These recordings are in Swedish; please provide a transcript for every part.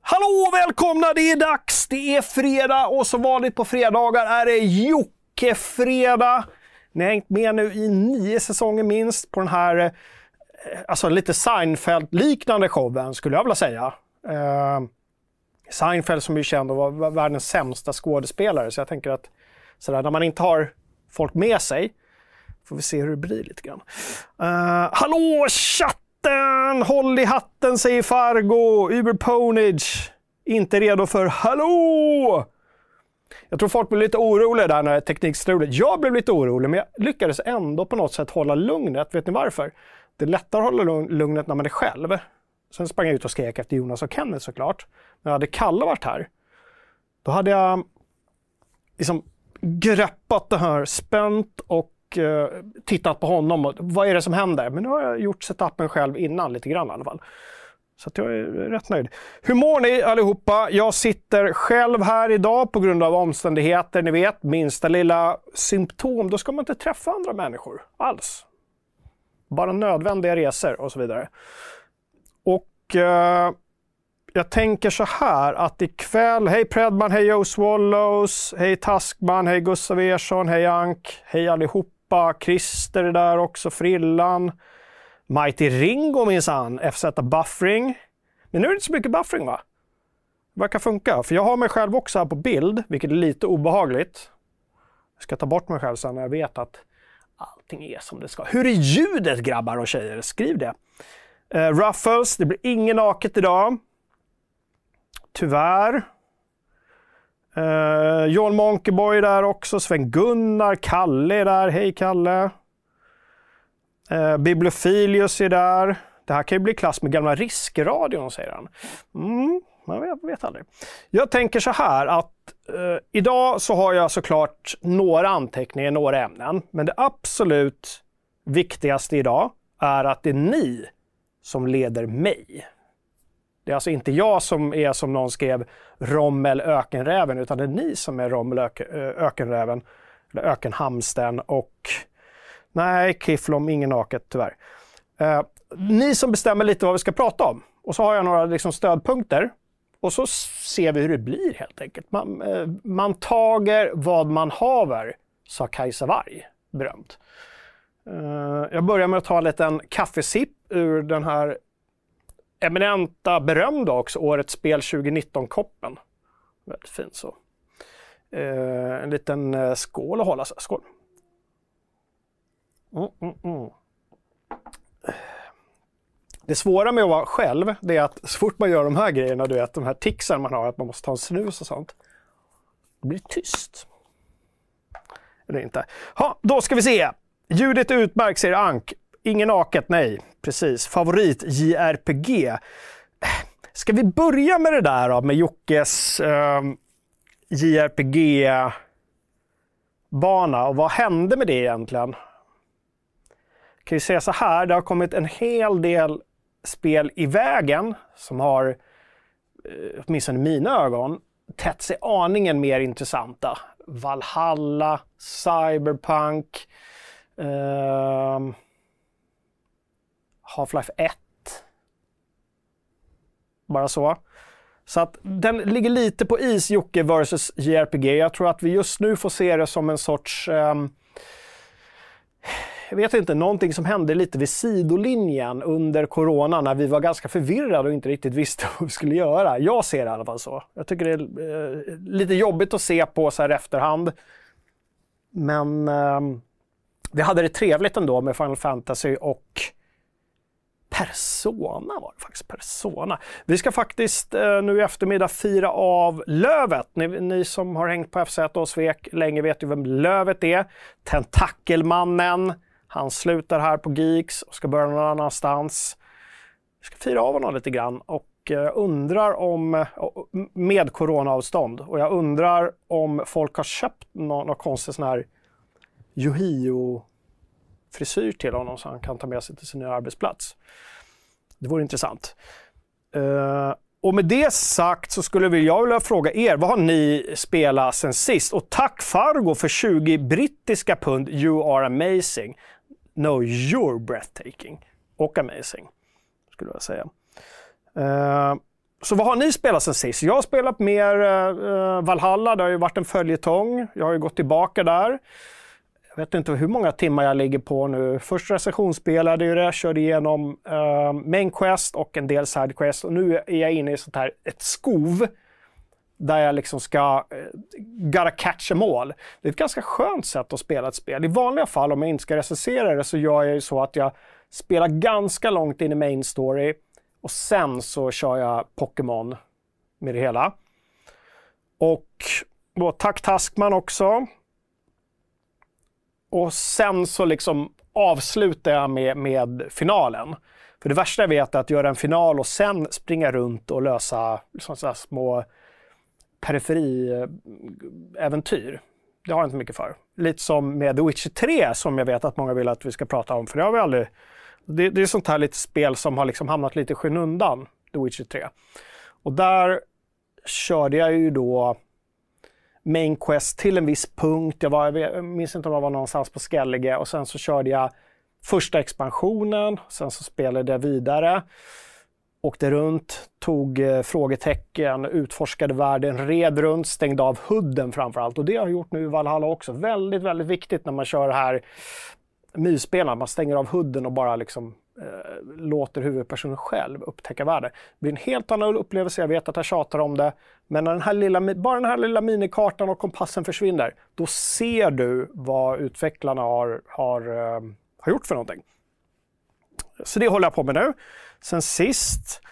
Hallå, välkomna! Det är dags, det är fredag och som vanligt på fredagar är det Jocke-fredag. Ni har hängt med nu i 9 säsonger minst på den här alltså lite Seinfeld-liknande showen skulle jag vilja säga. Seinfeld som är känd och var världens sämsta skådespelare, så jag tänker att sådär, när man inte har folk med sig får vi se hur det blir lite grann. Hallå chatten! Håll i hatten säger Fargo, Uberponage. Inte redo för hallå! Jag tror folk blev lite oroliga där när teknikstrulet. Jag blev lite orolig, men jag lyckades ändå på något sätt hålla lugnet. Vet ni varför? Det är lättare att hålla lugnet när man är själv. Sen sprang jag ut och skrek efter Jonas och Kenneth såklart. När hade Kalle varit här, då hade jag liksom greppat det här spänt och tittat på honom och vad är det som händer? Men nu har jag gjort setupen själv innan lite grann i alla fall. Så att jag är rätt nöjd. Hur mår ni allihopa? Jag sitter själv här idag på grund av omständigheter. Ni vet, minsta lilla symptom, då ska man inte träffa andra människor alls. Bara nödvändiga resor och så vidare. Och jag tänker så här att ikväll, hej Predman, hej Joe Swallows, hej Taskman, hej Gustav Ersson, hej Ank, hej allihopa, Christer är där också, Frillan, Mighty Ringo minsann, FZ Buffering. Men nu är det inte så mycket buffering va? Det verkar funka, för jag har mig själv också här på bild, vilket är lite obehagligt. Jag ska ta bort mig själv sen när jag vet att allting är som det ska. Hur är ljudet grabbar och tjejer? Skriv det. Ruffles, det blir ingen naket idag. Tyvärr. John Monkeyboy där också. Sven-Gunnar, Kalle är där. Hej Kalle. Bibliofilius är där. Det här kan ju bli klass med gamla riskradion, säger han. Jag vet aldrig. Jag tänker så här att idag så har jag såklart några anteckningar, några ämnen. Men det absolut viktigaste idag är att det är ni som leder mig. Det är alltså inte jag som är som någon skrev Rommel ökenräven, utan det är ni som är Rommel ökenräven eller ökenhamsten och nej, Kiflom, ingen naket tyvärr. Ni som bestämmer lite vad vi ska prata om. Och så har jag några liksom stödpunkter och så ser vi hur det blir helt enkelt. Man tager vad man haver, sa Kajsa Warg, berömt. Jag börjar med att ta en liten kaffesipp ur den här eminenta, berömda också, årets spel 2019-koppen. Väldigt fint så. En liten skål att hålla sig. Skål. Det svåra med att vara själv, det är att så fort man gör de här grejerna, du vet, de här ticsen man har, att man måste ta en snus och sånt, det blir tyst. Eller inte. Ja, då ska vi se. Ljudet utmärkt, säger Ank. Ingen naket, nej. Precis. Favorit, JRPG. Ska vi börja med det där då, med Jockes JRPG-bana? Och vad hände med det egentligen? Kan ju säga så här, det har kommit en hel del spel i vägen som har, åtminstone i mina ögon, tätt sig aningen mer intressanta. Valhalla, Cyberpunk, Half-Life 1. Bara så. Så att den ligger lite på is, Jocke versus JRPG. Jag tror att vi just nu får se det som en sorts jag vet inte, någonting som hände lite vid sidolinjen under corona när vi var ganska förvirrade och inte riktigt visste vad vi skulle göra. Jag ser det i alla fall så. Jag tycker det är lite jobbigt att se på så här efterhand. Men vi hade det trevligt ändå med Final Fantasy och Persona var det faktiskt. Persona. Vi ska faktiskt nu i eftermiddag fira av Lövet. Ni som har hängt på FZ och Svek länge vet ju vem Lövet är. Tentakelmannen. Han slutar här på Geeks och ska börja någon annanstans. Vi ska fira av honom lite grann och undrar om, med coronaavstånd, och jag undrar om folk har köpt någon konstig sån här Yohio-frisyr till honom så han kan ta med sig till sin nya arbetsplats. Det vore intressant. Och med det sagt så skulle jag vilja fråga er, vad har ni spelat sen sist? Och tack Fargo för 20 brittiska pund. You are amazing. No, you're breathtaking. Och amazing, skulle jag säga. Så vad har ni spelat sen sist? Jag har spelat mer Valhalla, det har ju varit en följetong. Jag har ju gått tillbaka där. Jag vet inte hur många timmar jag ligger på nu. Först recensionsspelade jag det, körde igenom main quest och en del side quest. Och nu är jag inne i sånt här, ett skov där jag liksom ska gotta catch em all. Det är ett ganska skönt sätt att spela ett spel. I vanliga fall, om jag inte ska recensera det, så gör jag ju så att jag spelar ganska långt in i main story och sen så kör jag Pokémon med det hela. Och då tack Taskman också. Och sen så liksom avslutar jag med finalen. För det värsta jag vet är att göra en final och sen springa runt och lösa sådana små periferi-äventyr. Det har jag inte mycket för. Lite som med The Witcher 3 som jag vet att många vill att vi ska prata om. För det har vi aldrig... Det är sånt här lite spel som har liksom hamnat lite skynundan, The Witcher 3. Och där körde jag ju då main quest till en viss punkt. Jag minns inte om jag var någonstans på Skellige. Och sen så körde jag första expansionen. Sen så spelade jag vidare. Åkte runt, tog frågetecken, utforskade världen, red runt, stängde av hudden framförallt. Och det har jag gjort nu i Valhalla också. Väldigt, väldigt viktigt när man kör det här myspelaren. Man stänger av hudden och bara liksom låter huvudpersonen själv upptäcka världen. Det blir en helt annan upplevelse, jag vet att jag tjatar om det. Men när bara den här lilla minikartan och kompassen försvinner, då ser du vad utvecklarna har gjort för någonting. Så det håller jag på med nu. Sen sist.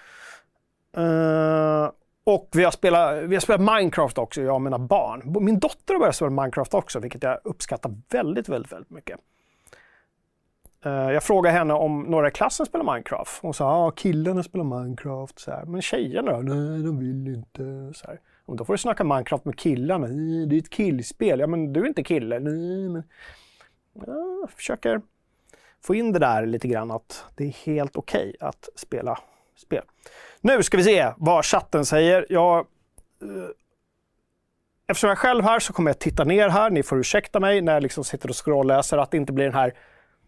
Och vi har spelat Minecraft också, jag och mina barn. Min dotter har börjat spela Minecraft också, vilket jag uppskattar väldigt, väldigt, väldigt mycket. Jag frågade henne om några i klassen spelar Minecraft. Hon sa, killarna spelar Minecraft. Så här. Men tjejerna då? Nej, de vill inte. Så här. Och då får du snacka Minecraft med killarna. Det är ett killspel. Ja, men du är inte kille. Nej, men... Jag försöker få in det där lite grann, att det är helt okej att spela spel. Nu ska vi se vad chatten säger. Eftersom jag är själv här så kommer jag titta ner här. Ni får ursäkta mig när jag liksom sitter och scrollläser, att det inte blir den här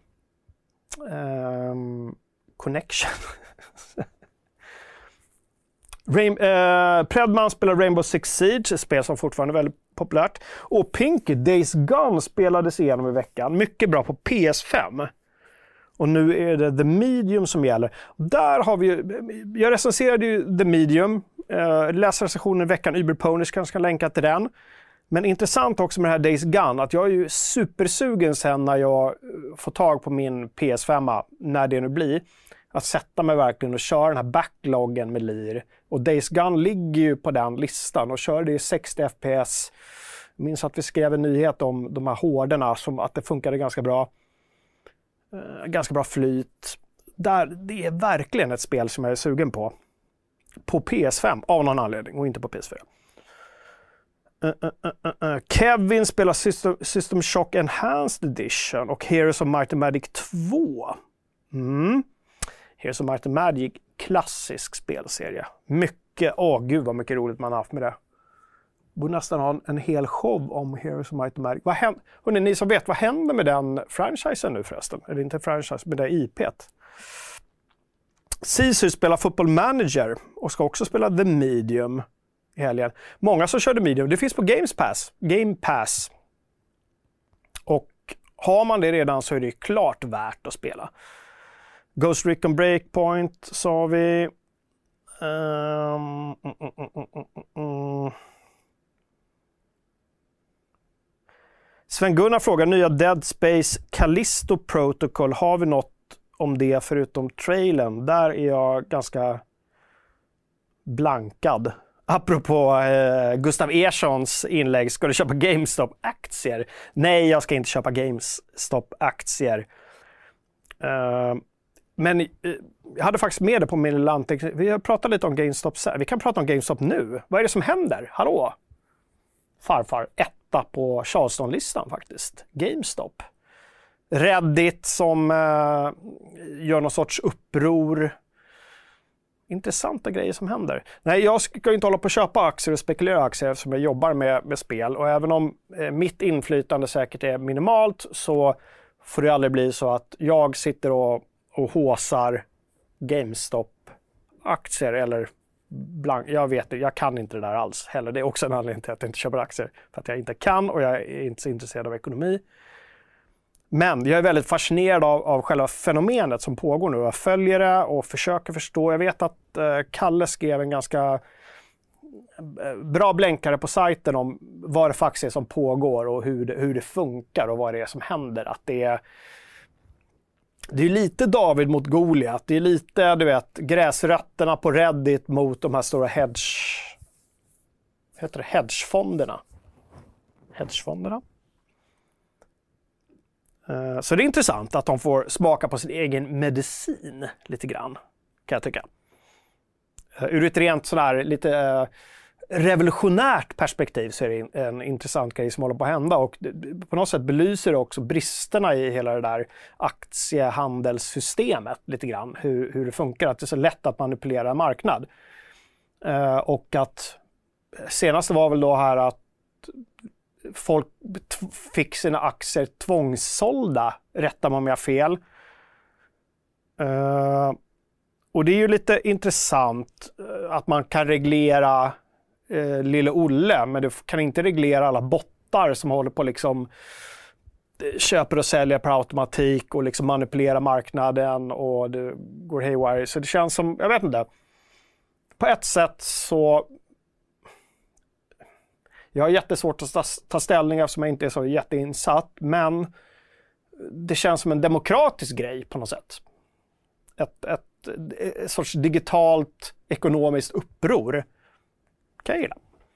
connection. Predman spelar Rainbow Six Siege, ett spel som fortfarande är väldigt populärt. Och Pinky Days Gone spelades igenom i veckan. Mycket bra på PS5. Och nu är det The Medium som gäller. Där har vi jag recenserade ju The Medium. Läs recensionen i veckan. Uberponish kanske kan länka till den. Men intressant också med det här Days Gone, att jag är ju supersugen sen när jag får tag på min PS5, när det nu blir, att sätta mig verkligen och köra den här backloggen med lir. Och Days Gone ligger ju på den listan och kör det i 60 FPS. Jag minns att vi skrev en nyhet om de här hårderna, som att det funkade ganska bra. Ganska bra flyt. Det är verkligen ett spel som jag är sugen på. På PS5 av någon anledning och inte på PS4. Kevin spelar System Shock Enhanced Edition och Heroes of Might and Magic 2. Heroes of Might and Magic, klassisk spelserie. Mycket, gud vad mycket roligt man har haft med det. Borde nästan ha en hel show om Heroes of Might and Magic. Hörrni, ni som vet, vad händer med den franchisen nu förresten? Eller inte franchise, med det IP:t. Sisu spelar Football Manager och ska också spela The Medium i helgen. Många som körde Medium, det finns på Game Pass. Och har man det redan så är det klart värt att spela. Ghost Recon Breakpoint sa vi. Sven-Gunnar frågar, nya Dead Space Callisto Protocol, har vi något om det förutom trailern? Där är jag ganska blankad. Apropå Gustav Erssons inlägg, ska du köpa GameStop-aktier? Nej, jag ska inte köpa GameStop-aktier. Men jag hade faktiskt med det på min lilla anteckning. Vi har pratat lite om GameStop. Vi kan prata om GameStop nu. Vad är det som händer? Hallå? Farfar, etta på Charleston-listan faktiskt. GameStop. Reddit som gör någon sorts uppror. Intressanta grejer som händer. Nej, jag ska inte hålla på att köpa aktier och spekulera aktier eftersom jag jobbar med spel. Och även om mitt inflytande säkert är minimalt, så får det aldrig bli så att jag sitter och håsar GameStop-aktier eller jag vet det, jag kan inte det där alls heller. Det är också en anledning till att jag inte köper aktier. För att jag inte kan och jag är inte så intresserad av ekonomi. Men jag är väldigt fascinerad av själva fenomenet som pågår nu. Jag följer det och försöker förstå. Jag vet att Kalle skrev en ganska bra blänkare på sajten om vad det faktiskt är som pågår och hur det funkar och vad det är som händer. Att det är lite David mot Goliat. Det är lite, du vet, gräsrötterna på Reddit mot de här stora hedgefonderna. Hedgefonderna. Så det är intressant att de får smaka på sin egen medicin lite grann, kan jag tycka. Ur ett rent sådär lite revolutionärt perspektiv så är det en intressant grej som håller på att hända och på något sätt belyser det också bristerna i hela det där aktiehandelssystemet lite grann. Hur det funkar, att det är så lätt att manipulera en marknad. Och att senaste var väl då här att folk fick sina aktier tvångssålda, rättar man om jag har fel. Och det är ju lite intressant att man kan reglera lille Olle, men du kan inte reglera alla bottar som håller på liksom köper och säljer per automatik och liksom manipulerar marknaden och det går haywire. Så det känns som, jag vet inte, på ett sätt så jag har jättesvårt att ta ställning eftersom jag inte är så jätteinsatt, men det känns som en demokratisk grej på något sätt. Ett sorts digitalt ekonomiskt uppror. Kan jag gilla.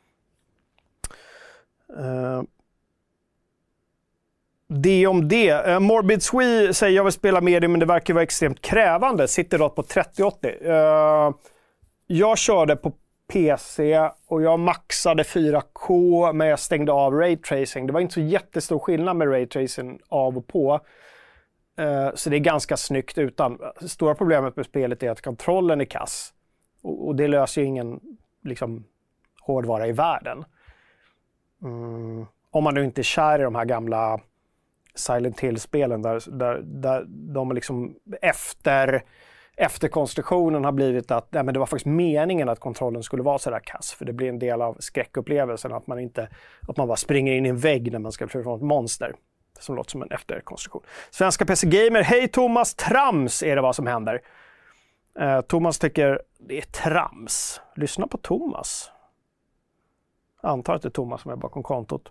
Det om det. Morbid Swee säger jag vill spela med det, men det verkar vara extremt krävande. Sitter då på 3080. Jag körde på PC och jag maxade 4K men jag stängde av raytracing. Det var inte så jättestor skillnad med raytracing av och på. Så det är ganska snyggt utan. Stora problemet med spelet är att kontrollen är kass. Och det löser ju ingen liksom hårdvara i världen. Om man nu inte är kär i de här gamla Silent Hill-spelen där de liksom efter konstruktionen har blivit att men det var faktiskt meningen att kontrollen skulle vara så där kass, för det blir en del av skräckupplevelsen att man bara springer in i en vägg när man ska försöka få ett monster som låter som en efterkonstruktion. Svenska PC Gamer, hej Thomas, trams är det vad som händer. Thomas tycker det är trams. Lyssna på Thomas. Jag antar att det är Thomas som är bakom kontot.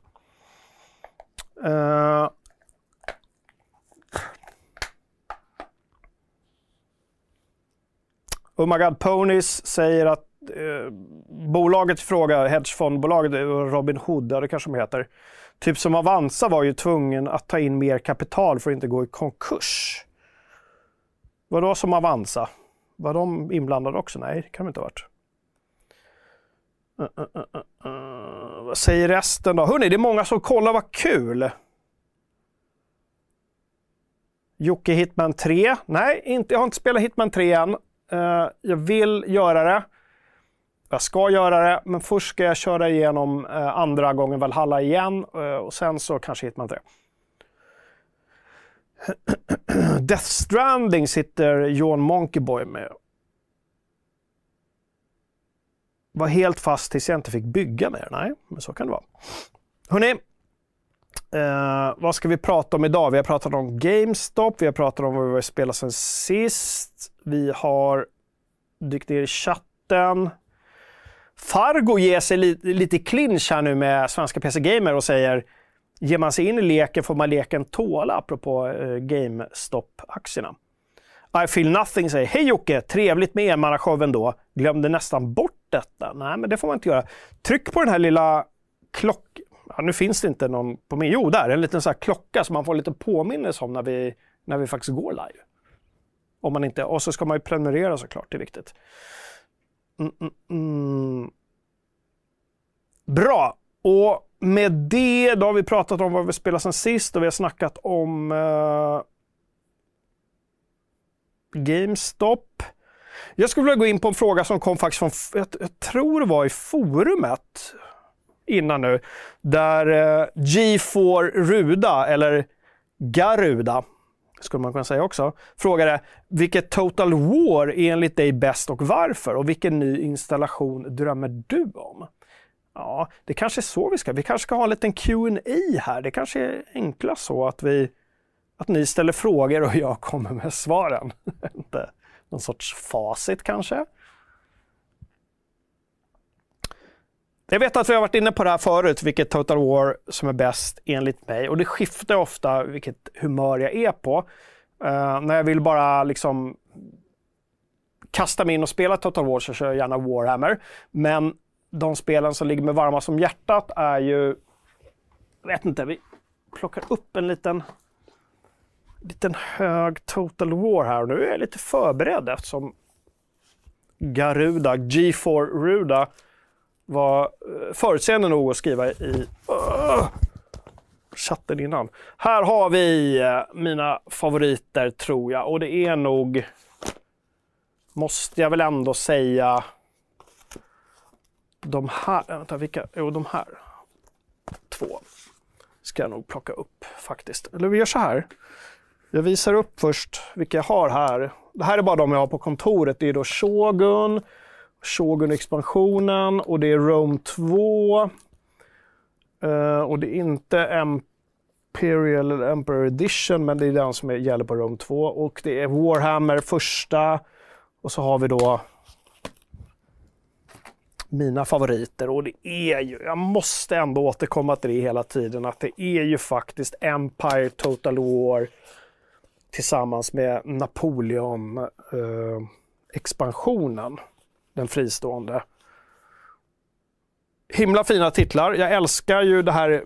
Oh my God Ponies säger att bolaget frågar, hedgefondbolaget Robin Hood, det kanske de heter. Typ som Avanza var ju tvungen att ta in mer kapital för att inte gå i konkurs. Vad då som Avanza? Var de inblandade också? Nej, det kan de inte ha varit. Vad säger resten då? Hörrni, det är många som kollar, vad kul! Jocke Hitman 3. Nej, jag har inte spelat Hitman 3 än. Jag vill göra det. Jag ska göra det, men först ska jag köra igenom andra gången Valhalla igen och sen så kanske Hitman 3. Death Stranding sitter John Monkeyboy med. Var helt fast tills jag inte fick bygga mer. Nej, men så kan det vara. Hörrni, vad ska vi prata om idag? Vi har pratat om GameStop, vi har pratat om vad vi har spelat sen sist. Vi har dykt ner i chatten. Fargo ger sig lite clinch här nu med Svenska PC Gamer och säger, ger man sig in i leken får man leken tåla, apropå GameStop-aktierna. I feel nothing säger, hej Jocke, trevligt med enmannashowen då. Glömde nästan bort detta. Nej, men det får man inte göra. Tryck på den här lilla klockan. Ja, nu finns det inte någon på min. Jo, där. En liten så här klocka som man får lite påminnelse om när vi faktiskt går live. Om man inte, och så ska man ju prenumerera såklart, det är viktigt. Bra. Och med det, då har vi pratat om vad vi spelar sen sist och vi har snackat om GameStop. Jag skulle vilja gå in på en fråga som kom faktiskt från, jag tror det var i forumet innan nu, där G4 Ruda, eller Garuda, skulle man kunna säga också, frågade vilket Total War är enligt dig bäst och varför? Och vilken ny installation drömmer du om? Ja, det kanske är så vi kanske ska ha en liten Q&A här. Det kanske är enklast så att ni ställer frågor och jag kommer med svaren. Inte någon sorts facit kanske. Jag vet att vi har varit inne på det här förut, vilket Total War som är bäst enligt mig. Och det skiftar ofta vilket humör jag är på. När jag vill bara liksom kasta mig in och spela Total War så kör jag gärna Warhammer. Men de spelen som ligger mig varma som hjärtat är ju... Jag vet inte, vi plockar upp en liten hög Total War här. Nu är jag lite förberedd eftersom Garuda, G4 Ruda, var förutseende nog att skriva i chatten innan. Här har vi mina favoriter tror jag. Och det är nog, måste jag väl ändå säga, de här, vänta, de här två ska jag nog plocka upp faktiskt. Eller vi gör så här. Jag visar upp först vilka jag har här. Det här är bara de jag har på kontoret. Det är då Shogun-expansionen och det är Rome 2. Och det är inte Imperial eller Emperor Edition, men det är den som gäller på Rome 2. Och det är Warhammer första. Och så har vi då mina favoriter. Och det är ju, jag måste ändå återkomma till det hela tiden, att det är ju faktiskt Empire Total War tillsammans med Napoleon expansionen. Den fristående. Himla fina titlar. Jag älskar ju det här...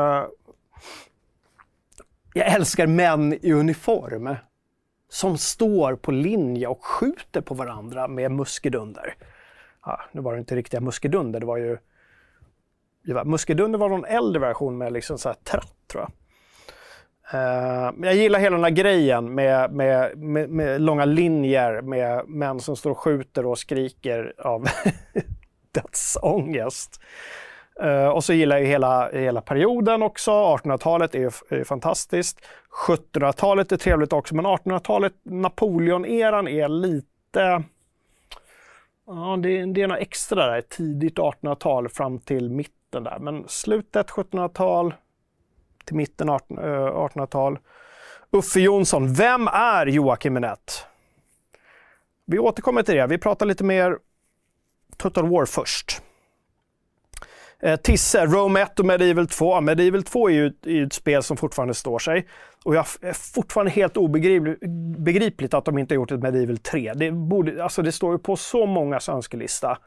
jag älskar män i uniform som står på linje och skjuter på varandra med muskedunder. Ja, nu var det inte riktiga muskedunder. Det var ju... muskedunder var någon äldre version med liksom så här tratt, tror jag. Jag gillar hela den här grejen med långa linjer med män som står och skjuter och skriker av dödsångest. Och så gillar jag hela perioden också. 1800-talet är fantastiskt. 1700-talet är trevligt också, men 1800-talet, Napoleon-eran är lite... Ja, det är något extra där. Tidigt 1800-tal fram till mitten där. Men slutet 1700-tal till mitten 1800-tal. Uffe Jonsson, vem är Joakim Minett? Vi återkommer till det. Vi pratar lite mer Total War först. Tisse, Rome 1 och Medieval 2. Medieval 2 är ju ett spel som fortfarande står sig. Och jag är fortfarande helt obegripligt att de inte har gjort ett Medieval 3. Det står ju på så många önskelista.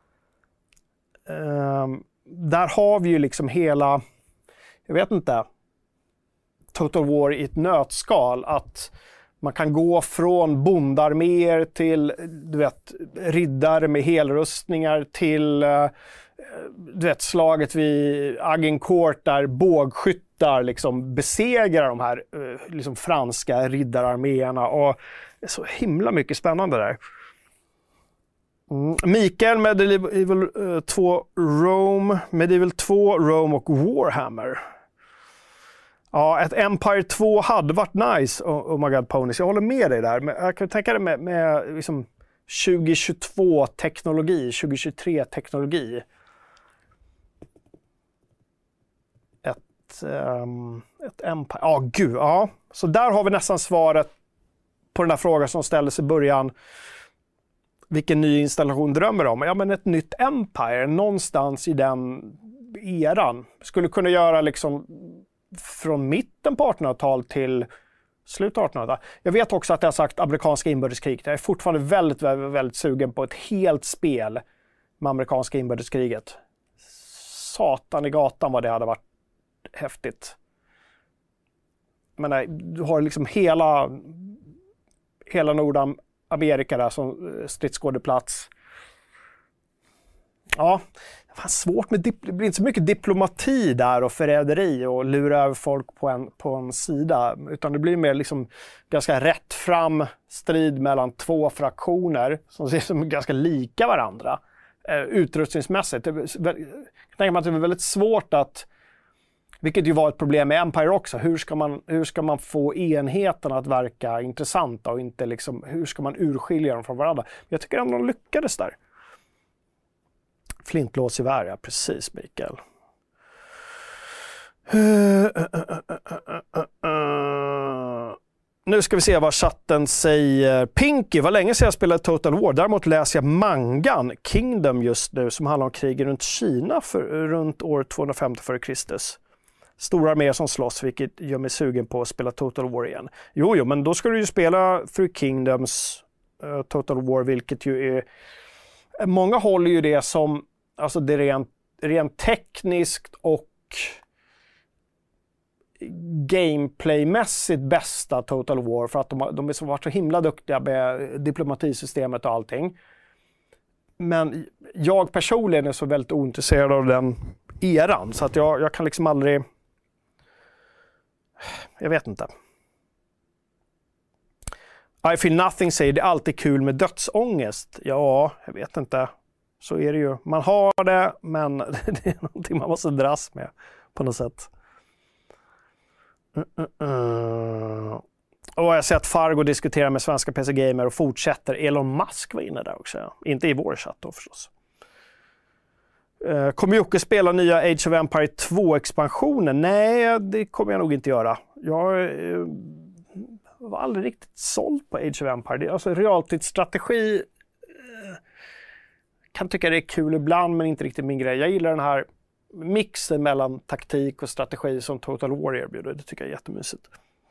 Där har vi ju liksom hela... Jag vet inte, Total War i ett nötskal, att man kan gå från bondarméer till, du vet, riddare med helrustningar till, du vet, slaget vid Agincourt där bågskyttar liksom besegrar de här liksom franska riddararméerna, och det är så himla mycket spännande där. Mikael, Medieval 2 Rome, Medieval 2 Rome och Warhammer. Ja, ett Empire 2 hade varit nice, oh my god ponies. Jag håller med dig där. Men jag kan tänka det med liksom 2022-teknologi, 2023-teknologi. Ett Empire. Ja, gud. Ja. Så där har vi nästan svaret på den här frågan som ställdes i början. Vilken ny installation drömmer om? Ja, men ett nytt Empire någonstans i den eran. Skulle kunna göra liksom från mitten på 1800-tal till slut 1800-tal. Jag vet också att jag har sagt amerikanska inbördeskriget. Jag är fortfarande väldigt, väldigt, väldigt sugen på ett helt spel med amerikanska inbördeskriget. Satan i gatan vad det hade varit häftigt. Men nej, du har liksom hela Nordamerika där som stridsskådeplats. Ja, det var svårt med det blir inte så mycket diplomati där och förräderi och lura över folk på en sida, utan det blir mer liksom ganska rätt fram strid mellan två fraktioner som ser som ganska lika varandra utrustningsmässigt. Jag tänker mig att det är väldigt svårt att Vilket ju var ett problem med Empire också. Hur ska man få enheterna att verka intressanta och inte liksom, hur ska man urskilja dem från varandra? Jag tycker ändå de lyckades där. Flintblåsgevär, ja precis Mikael. Nu ska vi se vad chatten säger. Pinky, var länge sedan jag spelade Total War. Däremot läser jag mangan Kingdom just nu som handlar om kriget runt Kina runt år 250 f.Kr. Stora arméer som slåss, vilket gör mig sugen på att spela Total War igen. Jo, men då ska du ju spela Three Kingdoms Total War, vilket ju är... Många håller ju det som alltså det rent tekniskt och gameplaymässigt bästa Total War, för att de har varit så himla duktiga med diplomatisystemet och allting. Men jag personligen är så väldigt ointresserad av den eran, så att jag kan liksom aldrig... Jag vet inte. I feel nothing säger det är alltid kul med dödsångest. Ja, jag vet inte. Så är det ju. Man har det, men det är någonting man måste dras med på något sätt. Och jag ser att Fargo diskuterar med svenska PC-gamer och fortsätter. Elon Musk var inne där också. Inte i vår chatt då förstås. Kommer Jocke spela nya Age of Empire 2-expansionen? Nej, det kommer jag nog inte göra. Jag var aldrig riktigt såld på Age of Empire. Alltså realtidsstrategi kan tycka det är kul ibland, men inte riktigt min grej. Jag gillar den här mixen mellan taktik och strategi som Total War erbjuder. Det tycker jag är jättemysigt.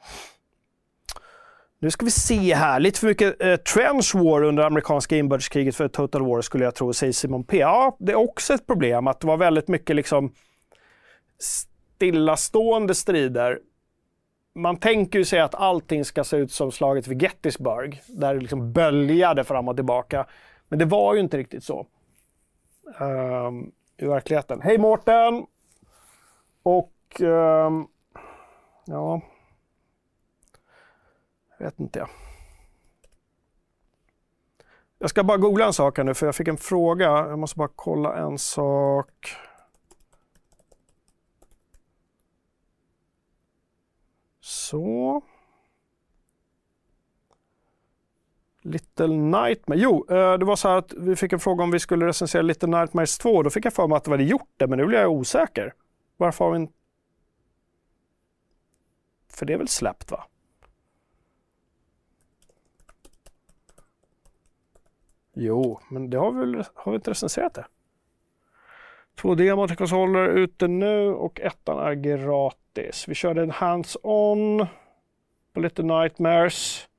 Nu ska vi se här. Lite för mycket trench war under amerikanska inbördeskriget för Total War skulle jag tro, säger Simon P. Ja, det är också ett problem att det var väldigt mycket liksom stillastående strider. Man tänker ju sig att allting ska se ut som slaget vid Gettysburg, där det liksom böljade fram och tillbaka. Men det var ju inte riktigt så i verkligheten. Hej Mårten! Och ja... Jag vet inte. Jag ska bara googla en sak här nu, för jag fick en fråga. Jag måste bara kolla en sak. Så. Little Nightmare. Jo, det var så här att vi fick en fråga om vi skulle recensera Little Nightmares 2. Då fick jag för mig att det var gjort det, men nu blir jag osäker. Varför har vi inte... För det är väl släppt, va? Jo, men det har vi inte recenserat det. 2 demo till konsoler ute nu och 1 är gratis. Vi körde en hands-on på Little Nightmares.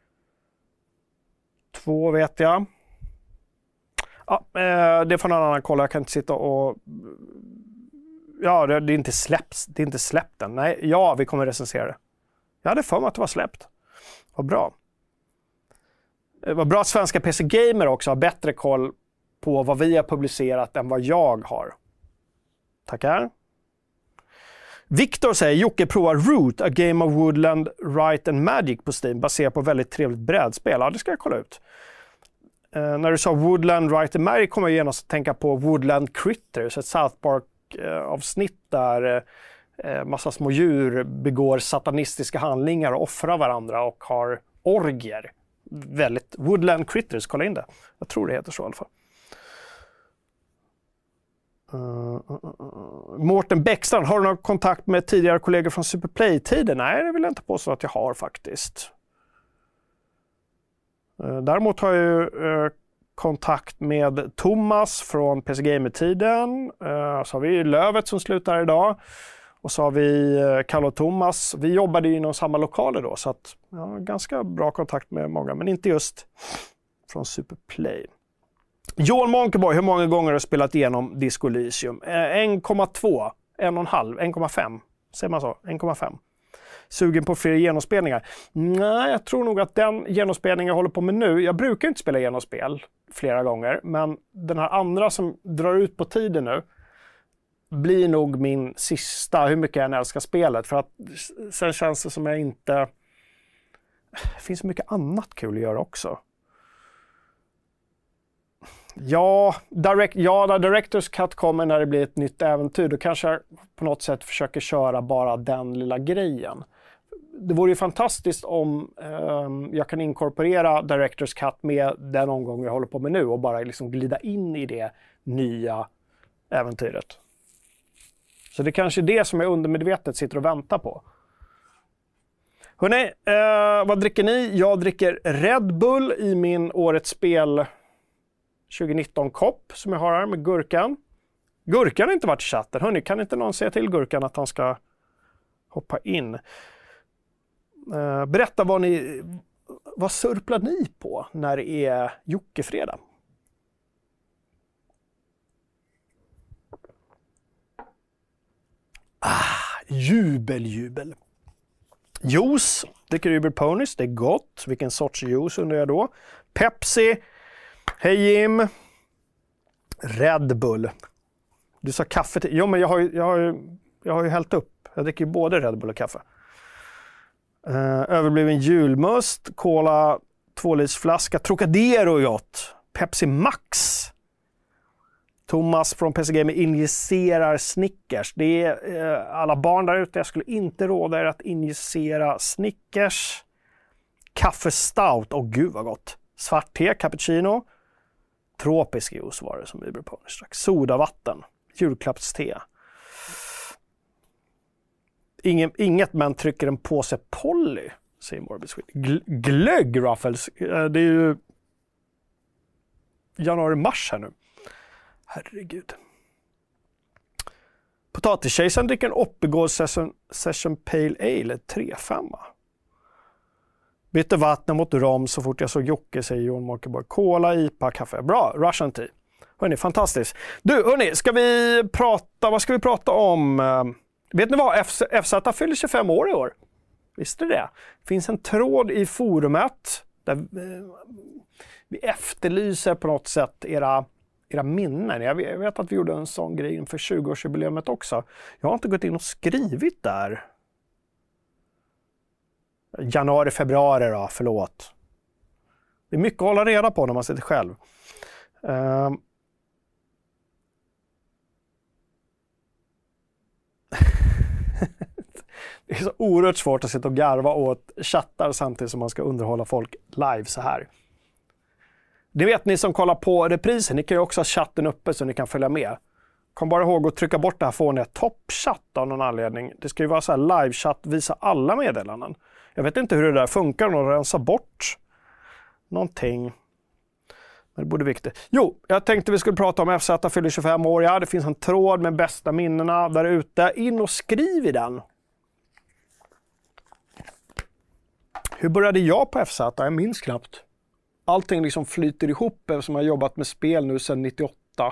2 vet jag. Ja, det får någon annan kolla. Jag kan inte sitta och... Ja, det är inte släppt än. Nej, ja, vi kommer recensera det. Jag hade för mig att det var släppt. Vad bra. Vad bra att svenska PC-gamer också har bättre koll på vad vi har publicerat än vad jag har. Tackar. Viktor säger, Jocke provar Root, A Game of Woodland, Right and Magic på Steam, baserat på väldigt trevligt brädspel. Ja, det ska jag kolla ut. När du sa Woodland, Right and Magic kommer jag genast att tänka på Woodland Critters, ett South Park-avsnitt där massa små djur begår satanistiska handlingar och offrar varandra och har orgier. Väldigt Woodland Critters, kolla in det. Jag tror det heter så i alla fall. Mårten Bäckstrand, har du någon kontakt med tidigare kollegor från Superplay-tiden? Nej, det vill jag inte påstå att jag har faktiskt. Däremot har jag kontakt med Thomas från PC Gamer-tiden. Så har vi Lövet som slutar idag. Och så har vi Kalle och Thomas. Vi jobbade inom samma lokaler då, så att jag har ganska bra kontakt med många, men inte just från Superplay. Joel Monkeyboy, hur många gånger har du spelat igenom Disco Elysium? 1,2, 1,5, 1,5. Säger man så? 1,5. Sugen på fler genomspelningar? Nej, jag tror nog att den genomspelning jag håller på med nu, jag brukar inte spela genomspel flera gånger, men den här andra som drar ut på tiden nu blir nog min sista, hur mycket jag än älskar spelet. För att sen känns det som jag inte... Det finns så mycket annat kul att göra också. Ja, Directors Cut kommer när det blir ett nytt äventyr. Då kanske jag på något sätt försöker köra bara den lilla grejen. Det vore ju fantastiskt om jag kan inkorporera Directors Cut med den omgång jag håller på med nu och bara liksom glida in i det nya äventyret. Så det är kanske är det som jag undermedvetet sitter och väntar på. Hörrni, vad dricker ni? Jag dricker Red Bull i min årets spel 2019-kopp som jag har här med Gurkan. Gurkan har inte varit i chatten. Hörrni, kan inte någon säga till Gurkan att han ska hoppa in? Berätta vad surplar ni på när det är Jocke-fredag? Jubel. Juice, dricker Uber Ponys, det är gott. Vilken sorts juice undrar jag då? Pepsi, hej Jim. Red Bull. Du sa kaffe till... Jo, men jag har ju hällt upp. Jag dricker ju både Red Bull och kaffe. Överbliven julmust, Cola 2-litersflaska, Trocadero gott. Pepsi Max. Thomas från PC Gamer injicerar Snickers. Det är alla barn där ute. Jag skulle inte råda er att injicera Snickers. Kaffe stout. Åh gud vad gott. Svart te, cappuccino. Tropisk juice var det som vi brukar på strax. Sodavatten. Julklappste. Inget men trycker en påse Polly, säger Morbid Sweet. Glögg Ruffles. Det är ju januari-mars här nu. Herregud. Potatiskejsaren dricker en Oppigård Session Pale Ale 3,5. Bytte vatten mot rom så fort jag såg Jocke, säger Jon Måkeborg. Cola, IPA, kaffe. Bra, Russian tea. Hörrni, fantastiskt. Du, hörni, vad ska vi prata om? Vet ni vad? FZ fyller 25 år i år. Visste du det? Det finns en tråd i forumet där vi efterlyser på något sätt era minnen. Jag vet att vi gjorde en sån grej inför 20-årsjubileumet också. Jag har inte gått in och skrivit där. Januari, februari då, förlåt. Det är mycket att hålla reda på när man sitter själv. Det är så oerhört svårt att sitta och garva åt chattar samtidigt som man ska underhålla folk live så här. Det vet ni som kollar på reprisen. Ni kan ju också ha chatten uppe så ni kan följa med. Kom bara ihåg att trycka bort det här fåniga toppchatt av någon anledning. Det ska ju vara så här live-chatt, visa alla meddelanden. Jag vet inte hur det där funkar om de rensar bort någonting. Men det borde vara viktigt. Jo, jag tänkte vi skulle prata om FZ fyller 25 år. Ja, det finns en tråd med bästa minnena där ute. In och skriv i den. Hur började jag på FZ? Jag minns knappt. Allting liksom flyter ihop eftersom jag har jobbat med spel nu sedan 98.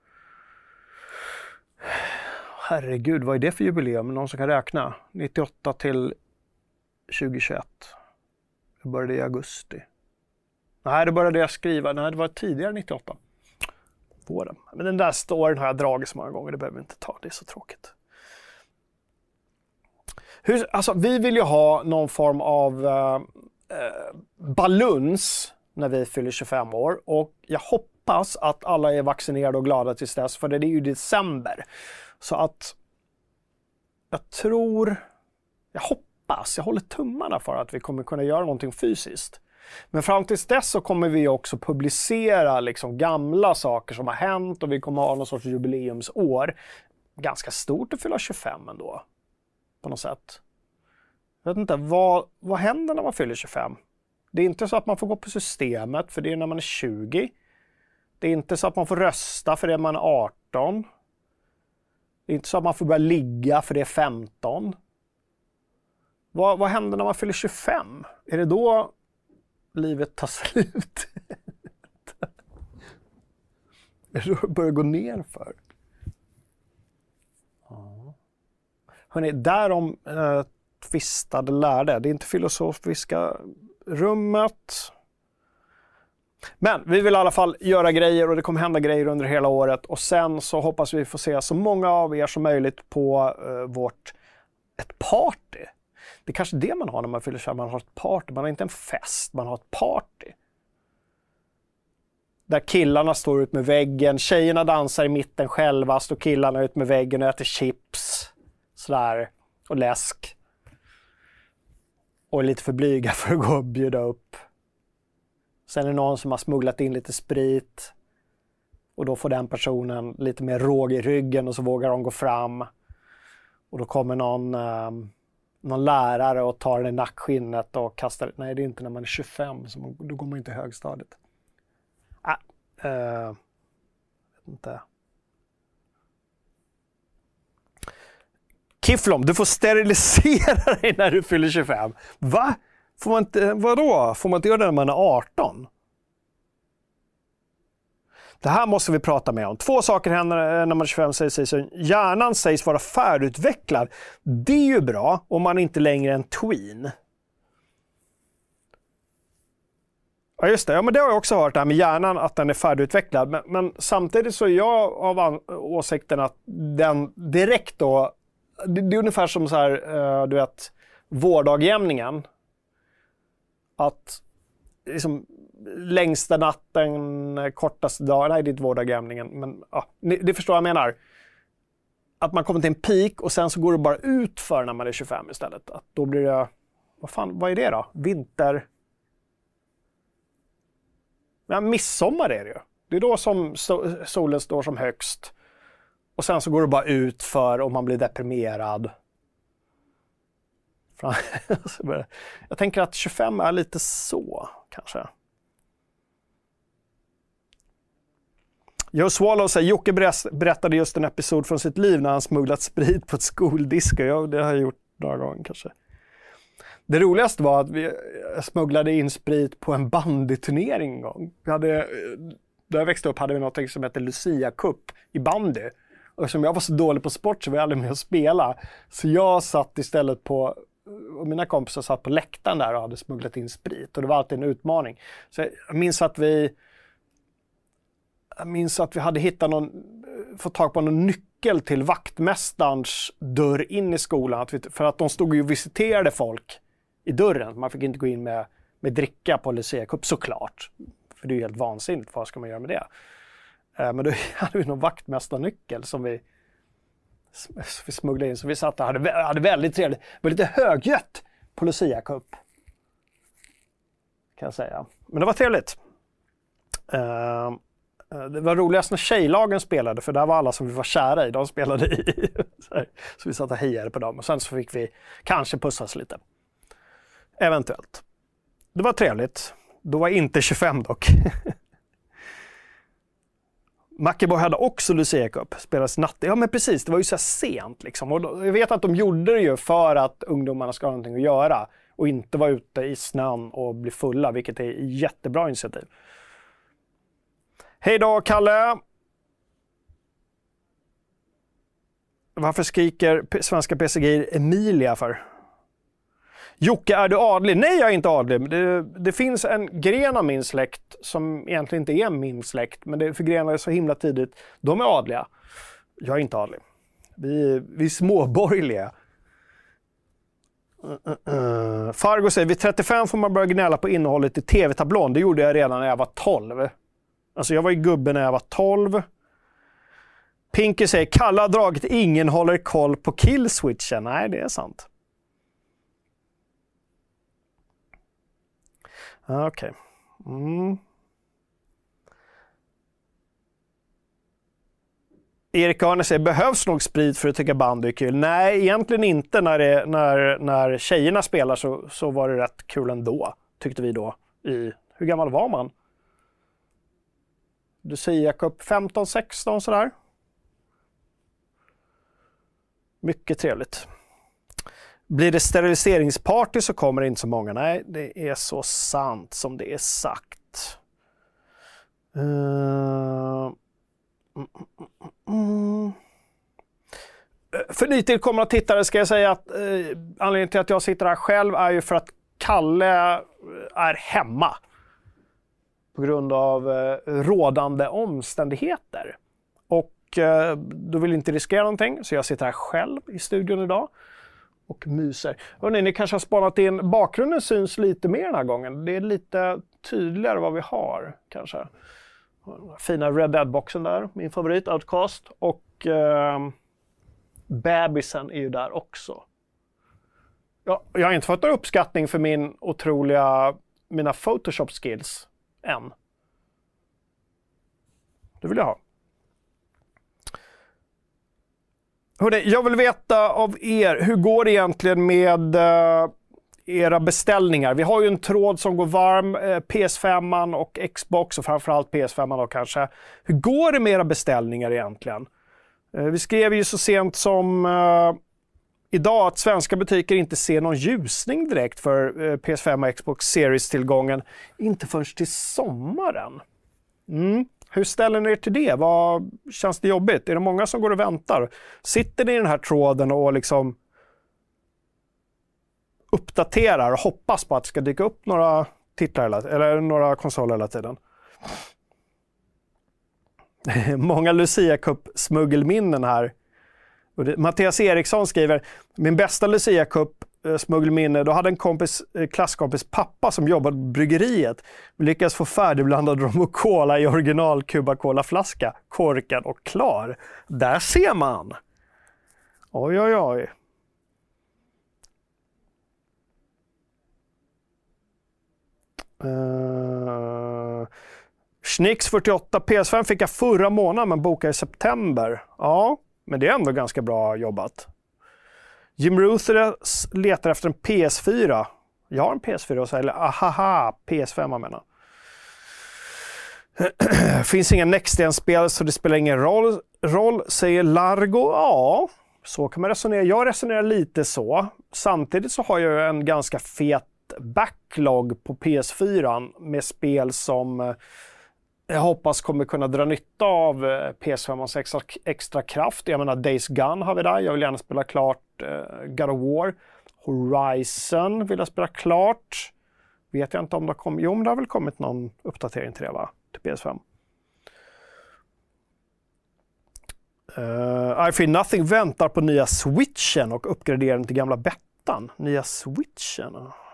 Herregud, vad är det för jubileum? Någon som kan räkna? 98 till 2021. Jag började i augusti. Nej, det började jag skriva. Nej, det var tidigare 98. Våren. Men den där storyn har jag dragit så många gånger. Det behöver vi inte ta. Det är så tråkigt. Alltså, vi vill ju ha någon form av baluns när vi fyller 25 år. Och jag hoppas att alla är vaccinerade och glada tills dess. För det är ju december. Så att jag håller tummarna för att vi kommer kunna göra någonting fysiskt. Men fram tills dess så kommer vi också publicera liksom gamla saker som har hänt och vi kommer ha någon sorts jubileumsår. Ganska stort att fylla 25 ändå. På något sätt. Jag vet inte, vad händer när man fyller 25? Det är inte så att man får gå på systemet för det är när man är 20. Det är inte så att man får rösta för det är man är 18. Det är inte så att man får börja ligga för det är 15. Vad händer när man fyller 25? Är det då livet tar slut? Är det då det börjar gå ner för? Ja. Hörrni, därom tvistade lärde. Det är inte filosofiska rummet. Men vi vill i alla fall göra grejer och det kommer hända grejer under hela året. Och sen så hoppas vi få se så många av er som möjligt på ett party. Det är kanske det man har när man fyller 25. Man har ett party. Man har inte en fest, man har ett party. Där killarna står ut med väggen. Tjejerna dansar i mitten själva. Står killarna ut med väggen och äter chips. Sådär. Och läsk. Och är lite för blyga för att gå och bjuda upp. Sen är det någon som har smugglat in lite sprit. Och då får den personen lite mer råg i ryggen och så vågar de gå fram. Och då kommer någon lärare och tar den i nackskinnet och kastar. Nej, det är inte när man är 25, så då går man inte i högstadiet. Vet inte. Kiflom, du får sterilisera dig när du fyller 25. Va? Får man inte, vadå? Får man inte göra det när man är 18? Det här måste vi prata med om. 2 saker händer när man är 25, sägs. Hjärnan sägs vara färdigutvecklad. Det är ju bra om man inte längre är en tween. Ja, just det. Ja, men det har jag också hört, det här med hjärnan, att den är färdigutvecklad. Men samtidigt så är jag av åsikten att den direkt då, det är ungefär som så här, du vet, vårdagjämningen. Att liksom längsta natten, kortaste dagen, nej det är inte vårdagjämningen, men ja, det förstår jag menar. Att man kommer till en peak och sen så går det bara ut för när man är 25 istället. Att då blir det, vad är det då? Vinter. Ja, midsommar är det ju. Det är då som solen står som högst. Och sen så går det bara ut för om man blir deprimerad. Jag tänker att 25 är lite så, kanske. Joe Swallow säger, Jocke berättade just en episod från sitt liv när han smugglat sprit på ett skoldisco. Ja, det har jag gjort några gånger kanske. Det roligaste var att vi smugglade in sprit på en bandyturnering en gång. Där jag växte upp hade vi något som heter Lucia Cup i bandy. Och som jag var så dålig på sport så var jag aldrig med att spela. Så jag satt istället på, och mina kompisar satt på läktaren där och hade smugglat in sprit. Och det var alltid en utmaning. Så jag minns att vi hade fått tag på någon nyckel till vaktmästarens dörr in i skolan. För att de stod och visiterade folk i dörren. Man fick inte gå in med dricka på Lucia Cup, såklart. För det är ju helt vansinnigt. Vad ska man göra med det? Men då hade vi någon vaktmästarnyckel som vi smugglade in. Så vi satt och hade väldigt trevligt. Det var lite högljutt på Lucia Cup, kan jag säga. Men det var trevligt. Det var roligast när tjejlagen spelade, för där var alla som vi var kära i. De spelade i. Så vi satt och hejade på dem. Och sen så fick vi kanske pussas lite. Eventuellt. Det var trevligt. Då var inte 25 dock. Mackeboy hade också Lucia Cup, spelades natt. Ja men precis, det var ju så sent liksom. Och jag vet att de gjorde det ju för att ungdomarna ska ha någonting att göra. Och inte vara ute i snön och bli fulla, vilket är ett jättebra initiativ. Hej då Kalle! Varför skriker svenska PCG Emilia för? Jocke, är du adlig? Nej, jag är inte adlig. Det finns en gren av min släkt som egentligen inte är min släkt, men det förgrenades så himla tidigt. De är adliga. Jag är inte adlig. Vi är småborgerliga. Fargo säger, vid 35 får man börja gnälla på innehållet i tv-tablån. Det gjorde jag redan när jag var 12. Alltså jag var ju gubben när jag var 12. Pinky säger, Kalle har dragit, ingen håller koll på killswitchen. Nej, det är sant. Okej. Erik Arne säger, behövs nog sprit för att tycka bandy är kul? Nej, egentligen inte. När tjejerna spelar så var det rätt kul ändå, tyckte vi då. Hur gammal var man? Du säger Jakob 15-16 sådär. Mycket trevligt. Blir det steriliseringsparty så kommer det inte så många. Nej, det är så sant som det är sagt. För nytillkomna tittare ska jag säga att anledningen till att jag sitter här själv är ju för att Kalle är hemma. På grund av rådande omständigheter. Och då vill inte riskera någonting. Så jag sitter här själv i studion idag. Och myser. Hörrni, ni kanske har spanat in. Bakgrunden syns lite mer den här gången. Det är lite tydligare vad vi har kanske. Fina Red Dead-boxen där, min favorit, Outcast. Och bebisen är ju där också. Jag har inte fått någon uppskattning för mina Photoshop-skills än. Det vill jag ha. Hörrni, jag vill veta av er, hur går det egentligen med era beställningar? Vi har ju en tråd som går varm, PS5 och Xbox och framförallt PS5 då kanske. Hur går det med era beställningar egentligen? Vi skrev ju så sent som idag att svenska butiker inte ser någon ljusning direkt för PS5 och Xbox Series-tillgången. Inte förrän till sommaren. Hur ställer ni er till det? Vad känns det jobbigt? Är det många som går och väntar? Sitter ni i den här tråden och liksom uppdaterar och hoppas på att det ska dyka upp några titlar eller några konsoler hela tiden? Många Lucia Cup-smuggelminnen här. Mattias Eriksson skriver: min bästa Lucia Cup-smuggelminne, då hade en klasskompis pappa som jobbade på bryggeriet. Vi lyckades få färdigblandad rom och cola i original Cuba Cola-flaska, korkad och klar. Där ser man! Oj, oj, oj. Schnix 48, PS5 fick jag förra månaden men bokade i september. Ja, men det är ändå ganska bra jobbat. Jim Rutherford letar efter en PS4. Jag har en PS4 och säger PS5 jag menar. Finns inga Next-Gen-spel så det spelar ingen roll, säger Largo. Ja, så kan man resonera. Jag resonerar lite så. Samtidigt så har jag en ganska fet backlog på PS4 med spel som jag hoppas kommer kunna dra nytta av PS5 extra kraft. Jag menar Days Gone har vi där. Jag vill gärna spela klart God of War. Horizon vill jag spela klart. Vet jag inte om det har kommit. Jo, men det har väl kommit någon uppdatering till det, va? Till PS5. I Feel Nothing väntar på nya Switchen och uppgraderar den till gamla bettan. Nya Switchen.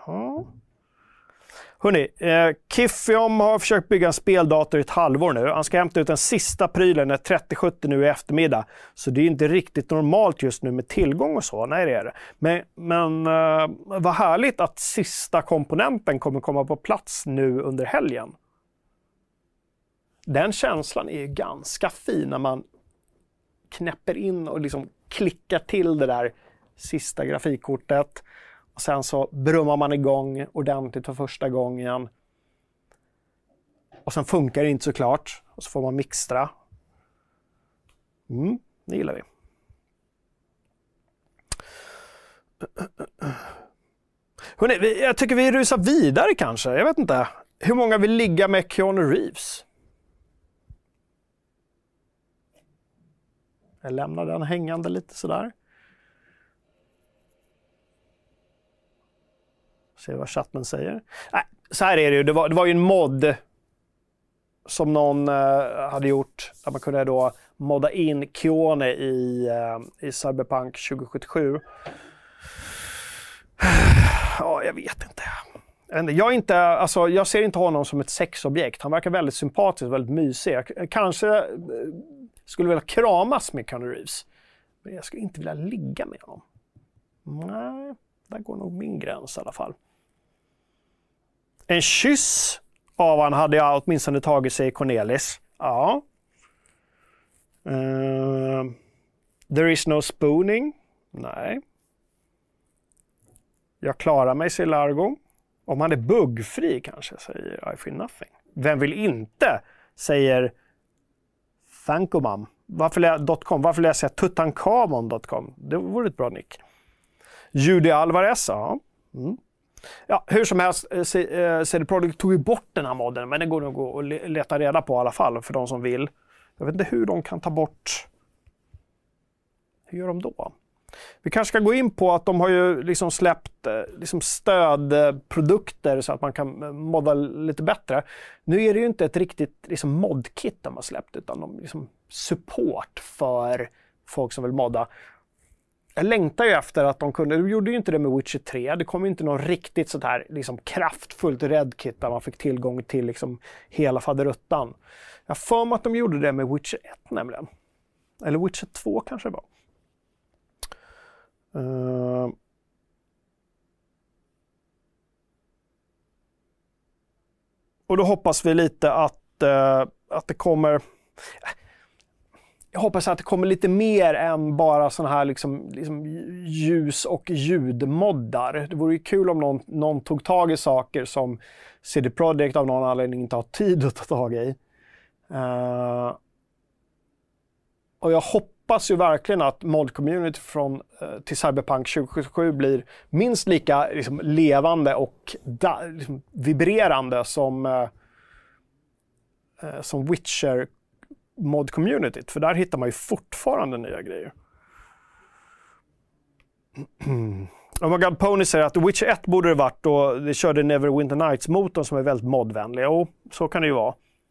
Hörrni, Kifium har försökt bygga en speldator i ett halvår nu. Han ska hämta ut den sista prylen 3070 nu i eftermiddag. Så det är inte riktigt normalt just nu med tillgång och så. Nej, det är det. Men vad härligt att sista komponenten kommer komma på plats nu under helgen. Den känslan är ju ganska fin när man knäpper in och liksom klickar till det där sista grafikkortet. Och sen så brummar man igång ordentligt för första gången. Och sen funkar det inte såklart. Och så får man mixtra. Det gillar vi. Hörrni, jag tycker vi rusar vidare kanske. Jag vet inte. Hur många vill ligga med Keanu Reeves? Jag lämnar den hängande lite sådär. Se vad chatten säger. Nej, så här är det ju. Det var ju en mod som någon hade gjort. Där man kunde då modda in Keanu i Cyberpunk 2077. Ja, jag vet inte. Jag ser inte honom som ett sexobjekt. Han verkar väldigt sympatisk, väldigt mysig. Jag kanske skulle vilja kramas med Keanu Reeves. Men jag skulle inte vilja ligga med honom. Nej, där går nog min gräns i alla fall. En kyss av han hade jag åtminstone tagit sig i Cornelis. Ja. There is no spooning. Nej. Jag klarar mig, säger Largo. Om han är buggfri kanske, säger I Feel Nothing. Vem vill inte, säger Thankomam. Varför läser jag Tutankhamon.com? Det vore ett bra nick. Judy Alvarez, ja. Ja, hur som helst, CD Projekt tog ju bort den här modden, men det går nog att leta reda på i alla fall för de som vill. Jag vet inte hur de kan ta bort. Hur gör de då? Vi kanske ska gå in på att de har ju liksom släppt liksom stödprodukter så att man kan modda lite bättre. Nu är det ju inte ett riktigt liksom modkit de har släppt, utan de liksom support för folk som vill modda. jag längtar ju efter att de gjorde ju inte det med Witcher 3. Det kom ju inte någon riktigt sånt här liksom kraftfullt RedKit där man fick tillgång till liksom hela faderuttan. Jag har för mig att de gjorde det med Witcher 1 nämligen. Eller Witcher 2 kanske det var. Och då hoppas vi lite att det kommer... Jag hoppas att det kommer lite mer än bara såna här liksom ljus- och ljudmoddar. Det vore ju kul om någon tog tag i saker som CD Projekt av någon anledning inte har tid att ta tag i. Och jag hoppas ju verkligen att mod-community till Cyberpunk 2077 blir minst lika liksom, levande och liksom, vibrerande som Witcher mod-communityt, för där hittar man ju fortfarande nya grejer. Oh my God, Pony säger att The Witcher 1 borde det varit och det körde Neverwinter Nights-motorn som är väldigt modvänlig. Och så kan det ju vara.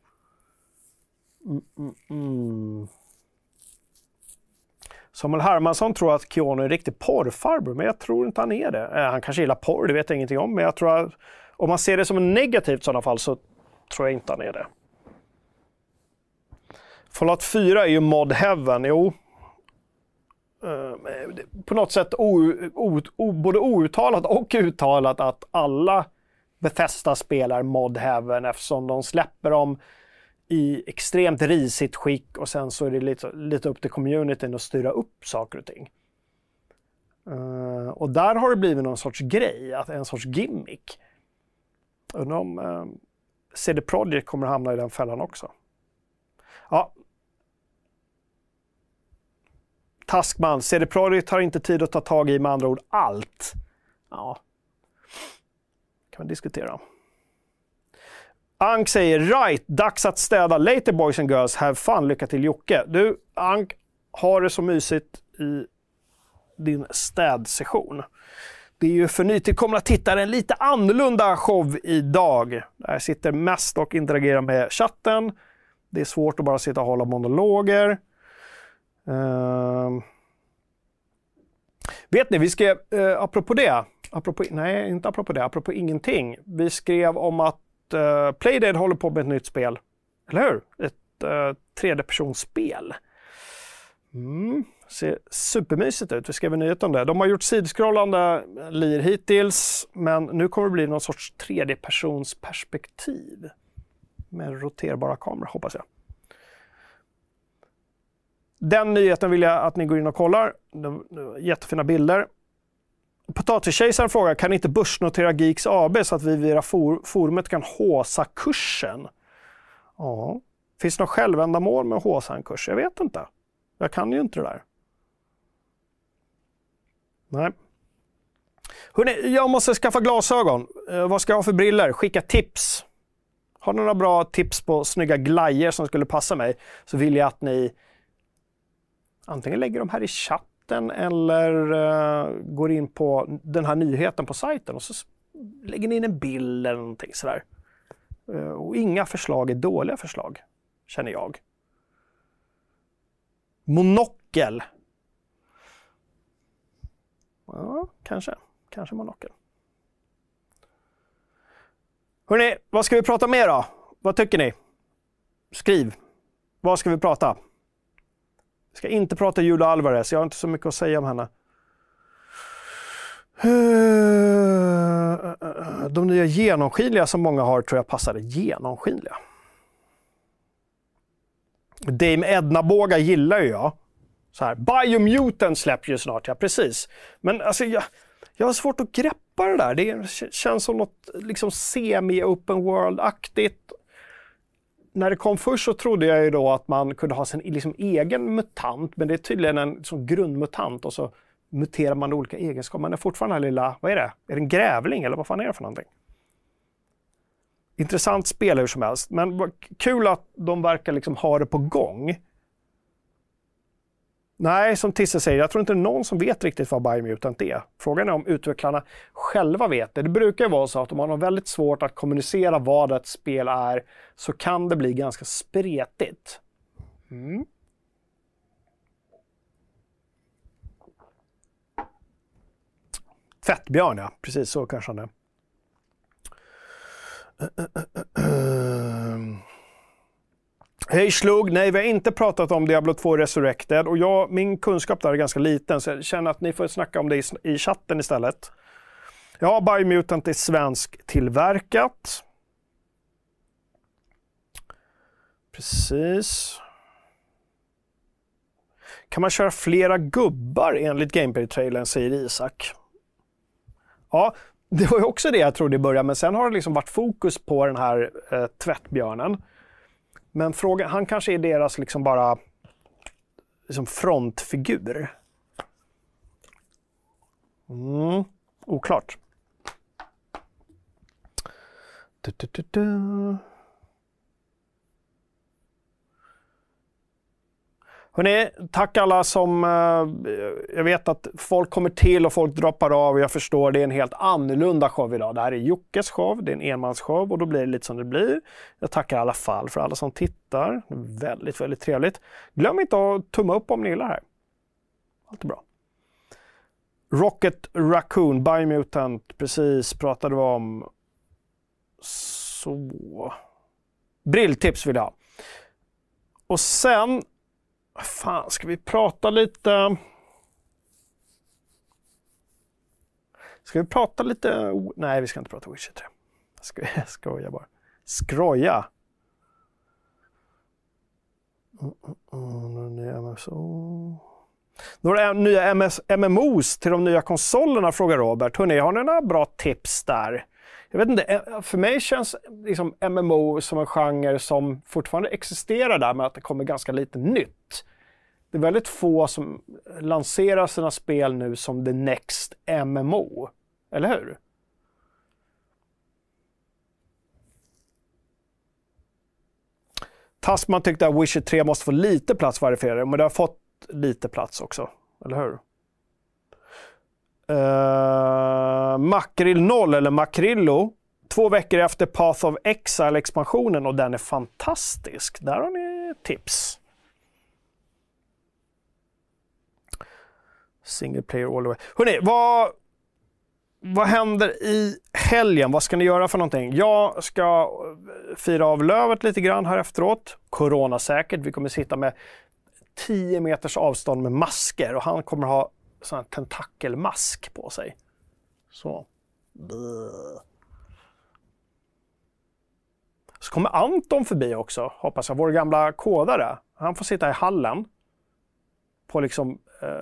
Samuel Hermansson tror att Keanu är en riktig porrfarbror, men jag tror inte han är det. Han kanske gillar porr, det vet jag ingenting om, men jag tror att om man ser det som en negativt i sådana fall så tror jag inte han är det. Fallout 4 är ju mod heaven, jo. På något sätt både outtalat och uttalat att alla Bethesda spelar mod heaven eftersom de släpper dem i extremt risigt skick och sen så är det lite upp till communityn att styra upp saker och ting. Och där har det blivit någon sorts grej, en sorts gimmick. Undrar om CD Projekt kommer hamna i den fällan också. Ja. Taskman, CD Projekt har inte tid att ta tag i med andra ord allt. Ja. Kan man diskutera. Ank säger right, dags att städa later boys and girls, have fun, lycka till Jocke. Du, Ank, har det så mysigt i din städsession. Det är ju för nytillkomna tittare en lite annorlunda show idag. Där sitter mest och interagerar med chatten. Det är svårt att bara sitta och hålla monologer. Vet ni, vi skrev apropå ingenting. Vi skrev om att Playdead håller på med ett nytt spel. Eller hur? Ett tredjepersonsspel. Ser supermysigt ut. Vi skrev en nyhet om det. De har gjort sidskrollande lir hittills, men nu kommer det bli någon sorts tredjepersonsperspektiv med roterbara kameror, hoppas jag. Den nyheten vill jag att ni går in och kollar. Jättefina bilder. Potatiskejsaren frågar, kan inte börsnotera Geeks AB så att vi via forumet kan håsa kursen? Ja. Finns det något självändamål med att håsa en kurs? Jag vet inte. Jag kan ju inte det där. Nej. Hörrni, jag måste skaffa glasögon. Vad ska jag ha för briller? Skicka tips. Har ni några bra tips på snygga glajer som skulle passa mig så vill jag att ni antingen lägger dem här i chatten eller går in på den här nyheten på sajten och så lägger ni in en bild eller någonting sådär. Och inga förslag är dåliga förslag, känner jag. Monokel. Ja, kanske monokel. Hörrni, vad ska vi prata mer då? Vad tycker ni? Skriv. Vad ska vi prata? Vi ska inte prata Julia Alvarez. Jag har inte så mycket att säga om henne. De nya genomskinliga som många har tror jag passade genomskinliga. Dame Edna-bågar gillar ju jag. Så här, Biomutant släpper ju snart, ja precis. Men alltså jag har svårt att greppa det där. Det känns som något liksom semi-open world-aktigt. När det kom först så trodde jag ju då att man kunde ha sin liksom egen mutant, men det är tydligen en sån grundmutant och så muterar man olika egenskaper. Man är fortfarande den här lilla, vad är det? Är det en grävling eller vad fan är det för någonting? Intressant spel hur som helst, men kul att de verkar liksom ha det på gång. Nej, som Tisse säger, jag tror inte någon som vet riktigt vad Biomutant är. Frågan är om utvecklarna själva vet det. Det brukar vara så att om man har väldigt svårt att kommunicera vad ett spel är så kan det bli ganska spretigt. Tvättbjörn, ja. Precis så kanske han är. Hej Slug, nej vi har inte pratat om Diablo 2 Resurrected och min kunskap där är ganska liten så jag känner att ni får snacka om det i chatten istället. Ja, Biomutant är svensk tillverkat. Precis. Kan man köra flera gubbar enligt gameplay-trailern, säger Isak. Ja, det var ju också det jag trodde i början, men sen har det liksom varit fokus på den här tvättbjörnen. Men frågan, han kanske är deras liksom bara liksom frontfigur. Oklart. Hörrni, tack alla som... jag vet att folk kommer till och folk droppar av och jag förstår det är en helt annorlunda show idag. Det här är Jockes show, det är en enmansshow och då blir det lite som det blir. Jag tackar i alla fall för alla som tittar. Väldigt, väldigt trevligt. Glöm inte att tumma upp om ni gillar det här. Allt är bra. Rocket Raccoon, Biomutant, precis pratade vi om. Så. Brilltips vill jag ha. Och sen... Fan, ska vi prata lite... Nej, vi ska inte prata Witcher 3. Jag skojar bara. Skroja. Några nya MMOs till de nya konsolerna, frågar Robert. Hörrni, har ni några bra tips där? Jag vet inte, för mig känns liksom MMO som en genre som fortfarande existerar där, men att det kommer ganska lite nytt. Det är väldigt få som lanserar sina spel nu som the next MMO. Eller hur? Tasman tyckte att Witcher 3 måste få lite plats verifierade, men det har fått lite plats också. Eller hur? Makrill 0 eller Makrillo 2 veckor efter Path of Exile-expansionen och den är fantastisk. Där har ni tips. Single player all the way. Hörrni, vad händer i helgen? Vad ska ni göra för någonting? Jag ska fira av lövet lite grann här efteråt. Corona säkert. Vi kommer sitta med 10 meters avstånd med masker och han kommer ha sån här tentakelmask på sig. Så. Så kommer Anton förbi också, hoppas jag. Vår gamla kodare. Han får sitta i hallen på liksom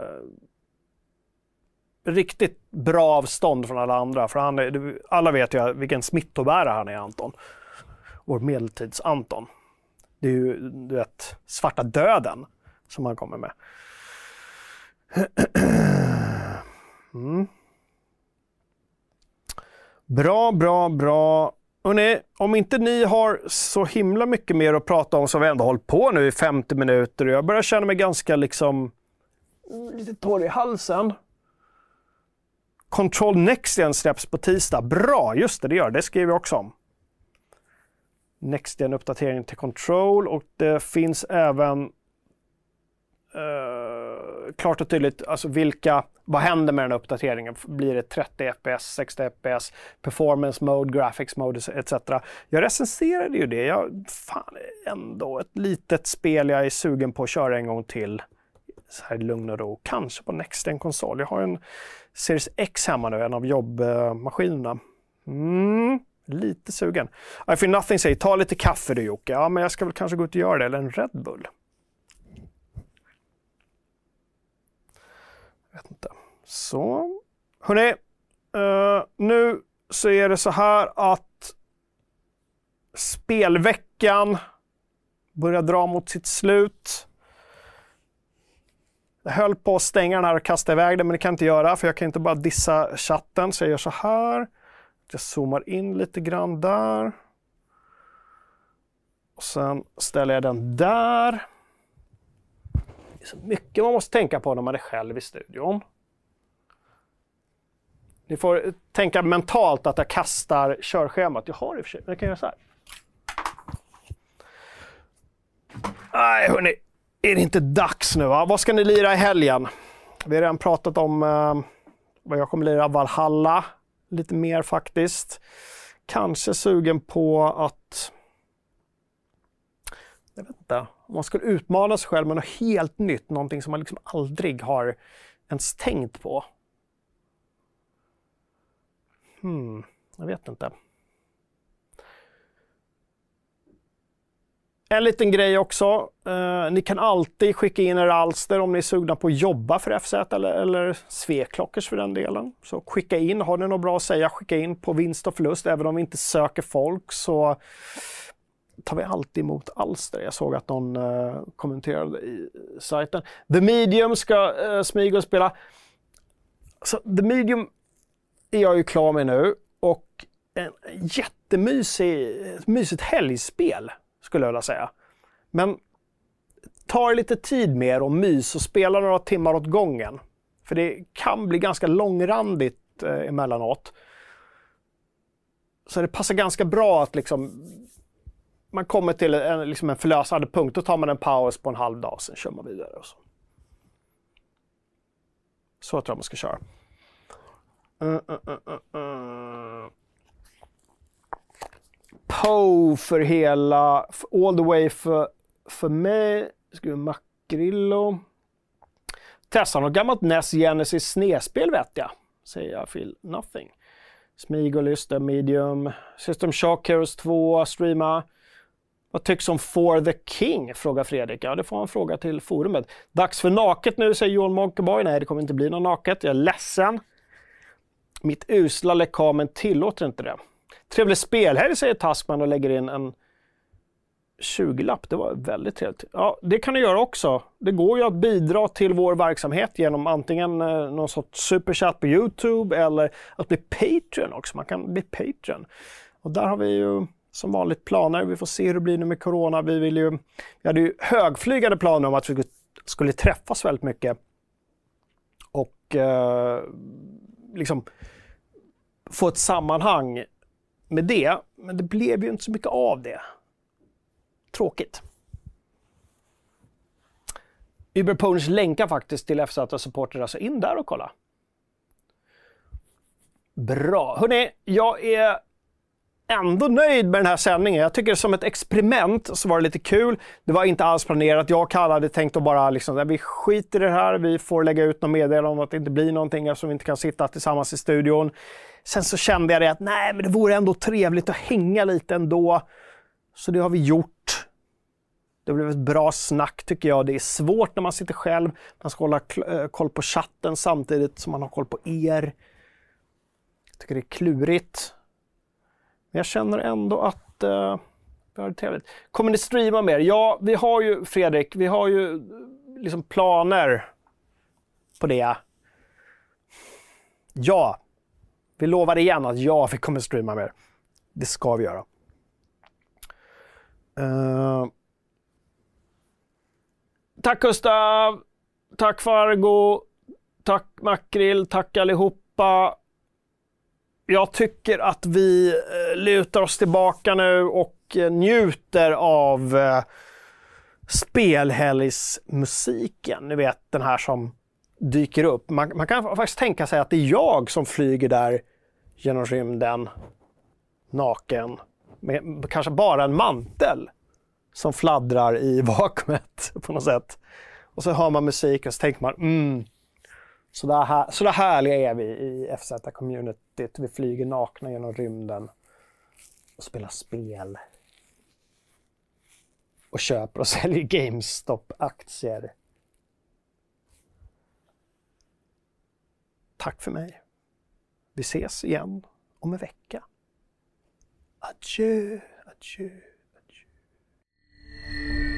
riktigt bra avstånd från alla andra. För alla vet ju vilken smittobärare han är, Anton. Vår medeltids-Anton. Det är ju, du vet, svarta döden som han kommer med. Bra. Hörrni, om inte ni har så himla mycket mer att prata om så har vi ändå hållit på nu i 50 minuter och jag börjar känna mig ganska liksom lite torr i halsen. Control Next Gen släpps på tisdag. Bra, just det gör det. Det skriver vi också om. Next Gen uppdatering till Control och det finns även klart och tydligt alltså vad händer med den uppdateringen? Blir det 30 fps, 60 fps, performance mode, graphics mode etc. Jag recenserade ju det. Ändå ett litet spel jag är sugen på att köra en gång till. Så här lugn och ro. Kanske på Next Gen konsol. Jag har en Series X hemma nu, en av jobbmaskinerna. Lite sugen. I feel nothing säger, ta lite kaffe du Jocke. Ja, men jag ska väl kanske gå ut och göra det. Eller en Red Bull. Jag vet inte. Så. Hörrni, nu så är det så här att spelveckan börjar dra mot sitt slut. Jag höll på att stänga den här och kasta iväg den, men det kan jag inte göra för jag kan inte bara dissa chatten. Så jag gör så här. Jag zoomar in lite grann där. Och sen ställer jag den där. Det är så mycket man måste tänka på när man är själv i studion. Ni får tänka mentalt att jag kastar körschemat. Jag har det i och för sig, men jag kan göra så här. Nej hörni, är det inte dags nu va? Vad ska ni lira i helgen? Vi har redan pratat vad jag kommer lira Valhalla lite mer faktiskt. Kanske sugen på att, jag vet inte, om man skulle utmana sig själv med något helt nytt, någonting som man liksom aldrig har ens tänkt på. Jag vet inte. En liten grej också. Ni kan alltid skicka in er alster om ni är sugna på att jobba för FZ eller Sveklockers för den delen. Så skicka in, har ni något bra att säga, skicka in på vinst och förlust. Även om vi inte söker folk så tar vi alltid emot alster. Jag såg att någon kommenterade i sajten. The Medium ska smyga och spela. Så The Medium är jag ju klar med nu. Och en jättemysigt helgspel skulle jag vilja säga. Men ta lite tid med och mys och spela några timmar åt gången. För det kan bli ganska långrandigt emellanåt. Så det passar ganska bra att liksom man kommer till en förlösande punkt. Då tar man en paus på en halv dag, sen kör man vidare. Och så tror jag man ska köra. För hela, all the way för mig, skriver Macrillo. Testa något gammalt NES Genesis snedspel vet jag, säger jag, feel nothing. Smigolyster, Medium, System Shock, Heroes 2, streama. Vad tycks om For the King, frågar Fredrik. Ja, det får en fråga till forumet. Dags för naket nu, säger Joel Monkeboy. Nej, det kommer inte bli någon naket, jag är ledsen. Mitt usla lekamen tillåter inte det. Trevlig spelhelg, säger Taskman och lägger in en 20-lapp. Det var väldigt trevligt. Ja, det kan du göra också. Det går ju att bidra till vår verksamhet genom antingen någon sorts superchat på YouTube eller att bli Patreon också. Man kan bli Patreon. Och där har vi ju som vanligt planer. Vi får se hur det blir nu med corona. Vi hade ju högflygande planer om att vi skulle träffas väldigt mycket. Och liksom få ett sammanhang med det, men det blev ju inte så mycket av det. Tråkigt. Uberponish länkar faktiskt till FZ-supporter, alltså in där och kolla. Bra. Hörrni, jag är ändå nöjd med den här sändningen. Jag tycker som ett experiment så var det lite kul. Det var inte alls planerat. Jag hade tänkt att bara liksom, vi skiter i det här. Vi får lägga ut något meddelande om att det inte blir någonting eftersom vi inte kan sitta tillsammans i studion. Sen så kände jag det att nej, men det vore ändå trevligt att hänga lite ändå. Så det har vi gjort. Det blev ett bra snack tycker jag. Det är svårt när man sitter själv. Man ska hålla koll på chatten samtidigt som man har koll på er. Jag tycker det är klurigt. Men jag känner ändå att det är trevligt. Kommer ni streama mer? Ja, vi har ju, Fredrik, vi har ju liksom planer på det. Ja, vi lovar igen att ja, vi kommer streama mer. Det ska vi göra. Tack Gustav, tack Fargo, tack Makrill, tack allihopa. Jag tycker att vi lutar oss tillbaka nu och njuter av spelhelgsmusiken. Ni vet, den här som dyker upp. Man kan faktiskt tänka sig att det är jag som flyger där genom rymden naken. Med kanske bara en mantel som fladdrar i vakuumet på något sätt. Och så hör man musik och så tänker man så där härliga är vi i FZ-communityt. Vi flyger nakna genom rymden och spelar spel. Och köper och säljer GameStop-aktier. Tack för mig. Vi ses igen om en vecka. Adjö, adjö, adjö.